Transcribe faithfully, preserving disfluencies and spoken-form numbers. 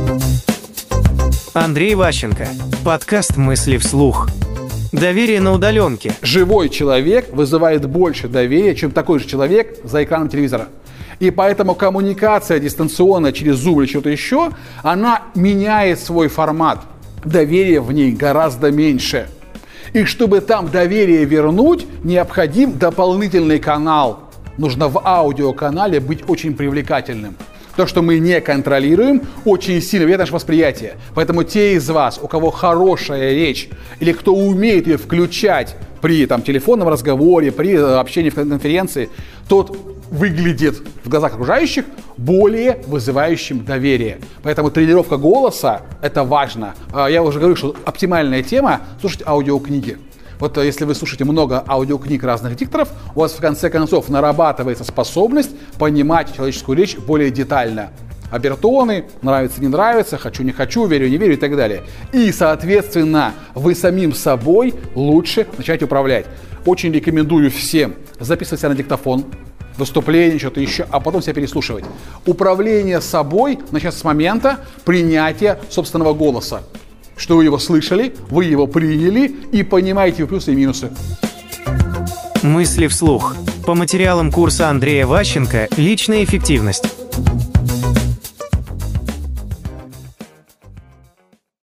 Андрей Ващенко. Подкаст «Мысли вслух». Доверие на удаленке. Живой человек вызывает больше доверия, чем такой же человек за экраном телевизора. И поэтому коммуникация дистанционная через Zoom или что-то еще, она меняет свой формат. Доверия в ней гораздо меньше. И чтобы там доверие вернуть, необходим дополнительный канал. Нужно в аудиоканале быть очень привлекательным. То, что мы не контролируем, очень сильно влияет на наше восприятие. Поэтому те из вас, у кого хорошая речь, или кто умеет ее включать при там, телефонном разговоре, при общении в конференции, тот выглядит в глазах окружающих более вызывающим доверие. Поэтому тренировка голоса – это важно. Я уже говорю, что оптимальная тема – слушать аудиокниги. Вот если вы слушаете много аудиокниг разных дикторов, у вас в конце концов нарабатывается способность понимать человеческую речь более детально. Обертоны, нравится, не нравится, хочу, не хочу, верю, не верю и так далее. И, соответственно, вы самим собой лучше начать управлять. Очень рекомендую всем записывать себя на диктофон, выступление, что-то еще, а потом себя переслушивать. Управление собой начинается с момента принятия собственного голоса. Что вы его слышали, вы его приняли и понимаете его плюсы и минусы. Мысли вслух. По материалам курса Андрея Ващенко «Личная эффективность».